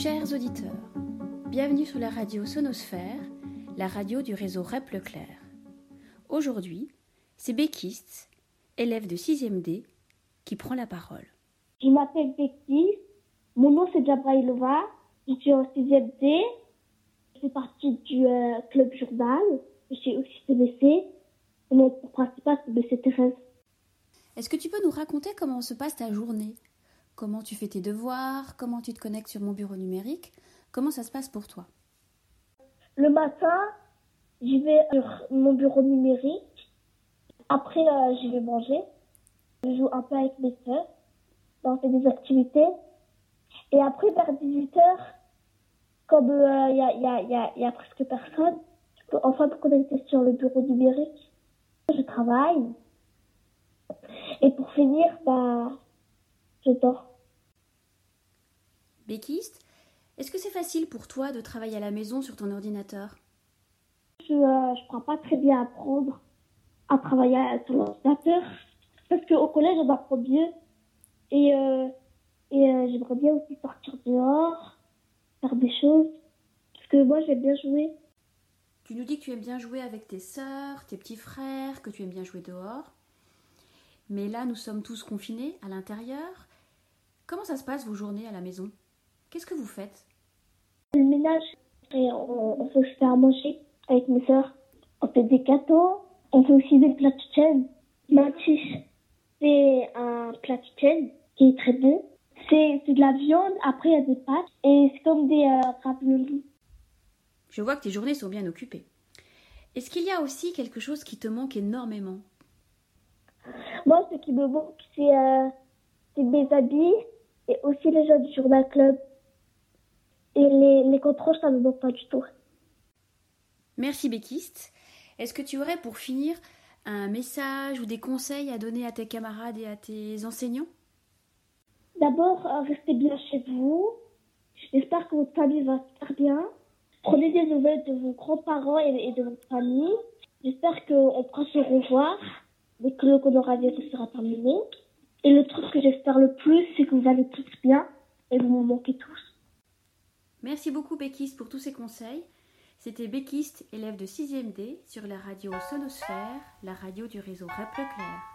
Chers auditeurs, bienvenue sur la radio Sonosphère, la radio du réseau REP Leclerc. Aujourd'hui, c'est Békiste, élève de 6e D, qui prend la parole. Je m'appelle Békiste, mon nom c'est Jabrailova, je suis en 6e D, je fais partie du club journal, je suis aussi CBC, et mon cours principal c'est BC Thérèse. Est-ce que tu peux nous raconter comment se passe ta journée ? Comment tu fais tes devoirs ? Comment tu te connectes sur mon bureau numérique ? Comment ça se passe pour toi ? Le matin, je vais sur mon bureau numérique. Après, je vais manger. Je joue un peu avec mes sœurs. On fait des activités. Et après, vers 18h, comme il y a presque personne, je peux enfin me connecter sur le bureau numérique. Je travaille. Et pour finir, je dors. Békiste, est-ce que c'est facile pour toi de travailler à la maison sur ton ordinateur ? Je ne crois pas très bien apprendre à travailler sur l'ordinateur parce qu'au collège, on apprend mieux. Et j'aimerais bien aussi sortir dehors, faire des choses. Parce que moi, j'aime bien jouer. Tu nous dis que tu aimes bien jouer avec tes sœurs, tes petits frères, que tu aimes bien jouer dehors. Mais là, nous sommes tous confinés à l'intérieur. Comment ça se passe vos journées à la maison ? Qu'est-ce que vous faites ? Le ménage, et on fait se faire manger avec mes sœurs. On fait des gâteaux. On fait aussi des plats de chaîne. Mantiche, c'est un plat de chaîne qui est très bon. C'est de la viande, après il y a des pâtes et c'est comme des raviolis. Je vois que tes journées sont bien occupées. Est-ce qu'il y a aussi quelque chose qui te manque énormément ? Moi, ce qui me manque, c'est mes habits et aussi les gens du journal club. Et les contrôles, ça ne me manque pas du tout. Merci Békiste. Est-ce que tu aurais pour finir un message ou des conseils à donner à tes camarades et à tes enseignants ? D'abord, restez bien chez vous. J'espère que votre famille va super bien. Prenez des nouvelles de vos grands-parents et de votre famille. J'espère qu'on pourra se revoir dès que le coronavirus sera terminé. Et le truc que j'espère le plus, c'est que vous allez tous bien et vous me manquez tous. Merci beaucoup Békiste pour tous ces conseils. C'était Békiste, élève de 6e D, sur la radio Sonosphère, la radio du réseau REP Leclerc.